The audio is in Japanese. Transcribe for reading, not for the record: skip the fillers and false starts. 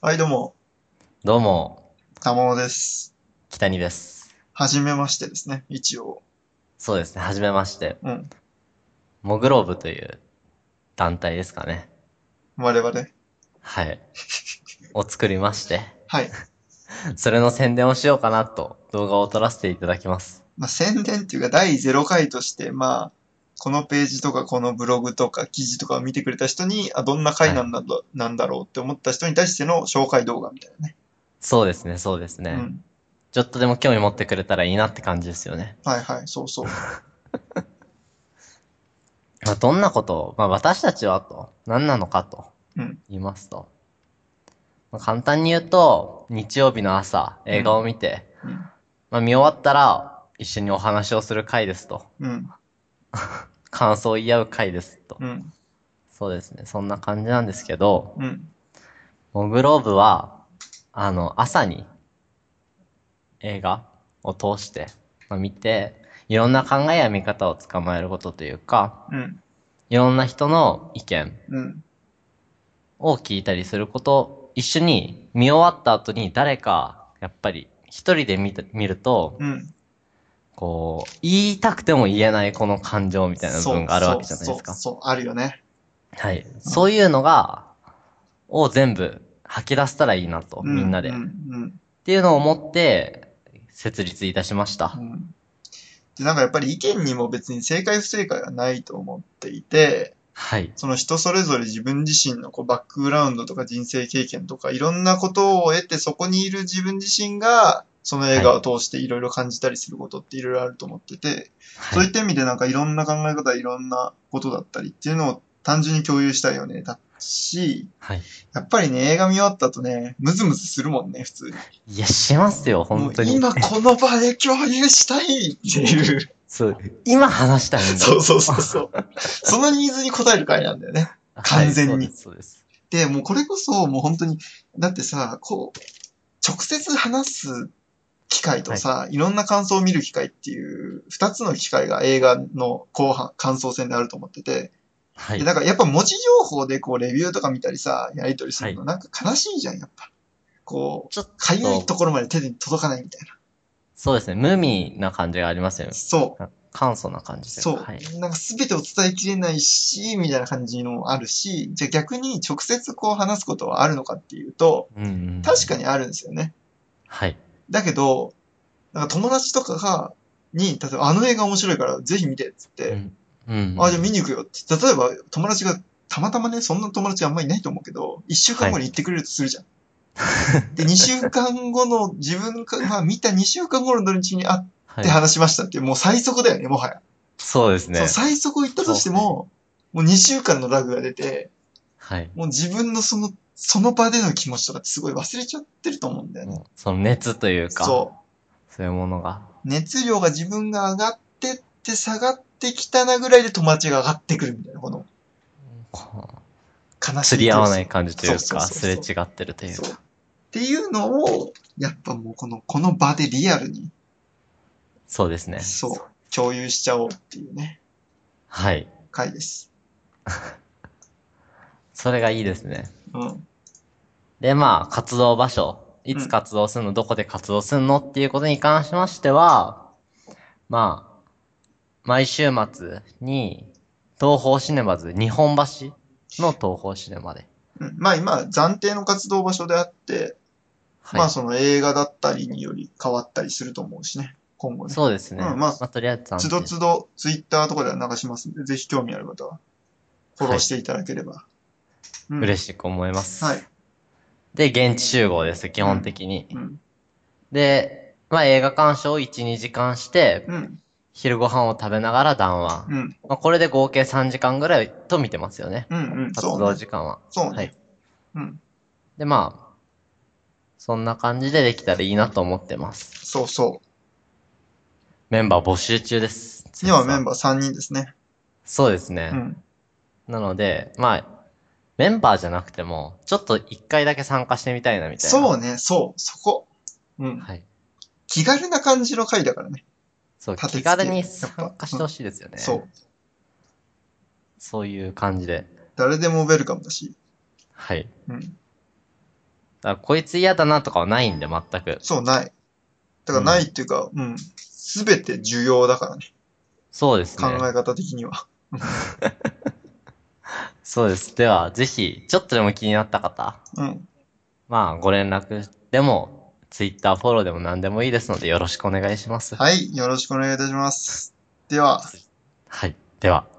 はい、どうも、 どうも、 玉尾です。 北にです。 はじめましてですね、一応。 そうですね、はじめまして。 うん。 モグローブという団体ですかね。 我々。 はい。を作りまして、 はい。 それの宣伝をしようかなと動画を撮らせていただきます。 まあ、宣伝っていうか、第0回として、このページとか、このブログとか、記事とかを見てくれた人に、どんな回はい。 なんだろうって思った人に対しての紹介動画みたいなね。 そうですね、そうですね。 うん。 ちょっとでも興味持ってくれたらいいなって感じですよね。 はいはい、そうそどんなことを、私たちは何なのかとう。うん。 言いますと、簡単に言うと、日曜日の朝、映画うん。 を見て、 うん。 見終わったら、一緒にお話をする回ですと。 うん。 感想を言い合う回ですと。 うん。 そうですね。そんな感じなんですけど、 うん。 モグローブは、朝に映画を通して、見て、いろんな考えや見方を捕まえることというか、 うん。 いろんな人の意見うん。 を聞いたりすること、一緒に見終わった後に誰か、やっぱり一人で見ると、 うん。 言いたくても言えないこの感情みたいな部そう分があるわけそうじゃないですか。 そうそう、あるよね。 はい。 うん。 そういうのを全部吐き出せたらいいなと、 うん。うみんなで。 ん。 っていうのを思って設立いたしました。 うん。うん。で、なんかやっぱり意見にも別に正解不正解はないと思っていて、 はい。 その人それぞれ自分自身のバックグラウンドとか人生経験とかいろんなことを得てそこにいる自分自身がその映はい。 画を通していろいろ感じたりすることっていろいろあると思ってて、 はい。 そういった意味でなんかいろんな考え方、いろんなことだったりっていうのを単純に共有したいよね。だし、 はい。 やっぱりね、映画見終わった後ね、ムズムズするもんね、普通に。 いや、しますよ、 もう本当に。 今この場で共有したいっていう。 そう。今話したいんだと。 そうそうそうそう。そのニーズに応える回なんだよね。 はい、そ完全に。 うです、そうです。 で、もうこれこそもう本当に、だってさ、直接話す機会とはい。 さ、いろんな感想を見る機会っていう、二つの機会が映画の後半、感想戦であると思ってて、で、 はい。 なんかやっぱ文字情報でレビューとか見たりさ、やりとりすはい。 るのなんか悲しいじゃん、やっぱ。 ちょっかゆいとと、 ころまで手に届かないみたいな。 そうですね、無味な感じがありますよね。 そう。 簡素な感じというか、 そはい。 う。なんか全てを伝えきれないし、みたいな感じのもあるし、じゃあ逆に直接話すことはあるのかっていうと、 うんうんうん。 確かにあるんですよね。 はい。 だけど、なんか友達とか例えばあの映画面白いからぜひ見てっつって、 うん。うんうんじゃあ見うん。 に行くよって。例えば友達がたまたまね、そんな友達あんまりいないと思うけど、一週間はい。 後に行ってくれるとするじゃん。で、二週間後の自分が、見た二週間後の土日に会ってはい。 話しましたって、もう最速だよね、もはや。 そうですそのね。 最速を言ったとそうですね。 しても、もう2週間のラグが出て、 はい。 もう自分のその場での気持ちとかってすごい忘れちゃってると思うんだよね。 もう、その熱というか、 そそういうものが、 う。熱量が自分が上がってって下がってきたなぐらいで友達が上がってくるみたいな、このこう悲し釣り合わなみクロス。 い感じとそうそういうか、すれそうそう。 違ってるというそう。っか。 ていうのを、やっぱもうこの場でリアルに、 そうですね。 そう、共有しちゃおうっていうね、 はい。 回です。 それがいいですね。 うん。 で、活動場所。いつうん。 活動するの、どこで活動するのっていうことに関しましては、まあ、毎週末に、東宝シネマズ、日本橋の東宝シネマで。 うん。今、暫定の活動場所であって、 はい。 その映画だったりにより変わったりすると思うしね。今後ね。 そうですね。 うん、 とりあえずつ暫定。 どつどツイッターとかでは流しますんで、ぜひ興味ある方はフォロはい。 ーしていただければ。うん。 嬉しく思いまはい。 す。で、現地集合です、基本うん。 的に。 うん。 で、映画鑑賞を1、2時間して、 うん。 昼ご飯を食べながら談話。 うん。 これで合計3時間ぐらいと見てますよね。 うん。うん。そ活うね。 動時間は。はい。 そうね。うん。 で、そんな感じでできたらいいなと思ってます。 そうそメンバー募集中です。 う。にはメ絶賛。 ンバー3人ですね。 そうですね。 うん。 なので、メンバーじゃなくても、ちょっと一回だけ参加してみたいなみたいな。 そうね。そう。そこ。うん。 はい。 気軽な感じの回だからね。 そう、 立て気軽に付け。やっぱ。 参加しうん。 てほしいですよね。 そう。 そういう感じで。 誰でもウェルカムだし。 はい。 うん。 からこいつ嫌だなとかはないんで、全く。 そう、ない。だからないっていうか、すべて重要だからね。 そうですね。 考え方的には。 そうです。では、ぜひ、ちょっとでも気になった方、 うん。 まあ、ご連絡でも、Twitter フォローでも何でもいいですので、よろしくお願いします。 はい。よろしくお願いいたします。では。 はい。では。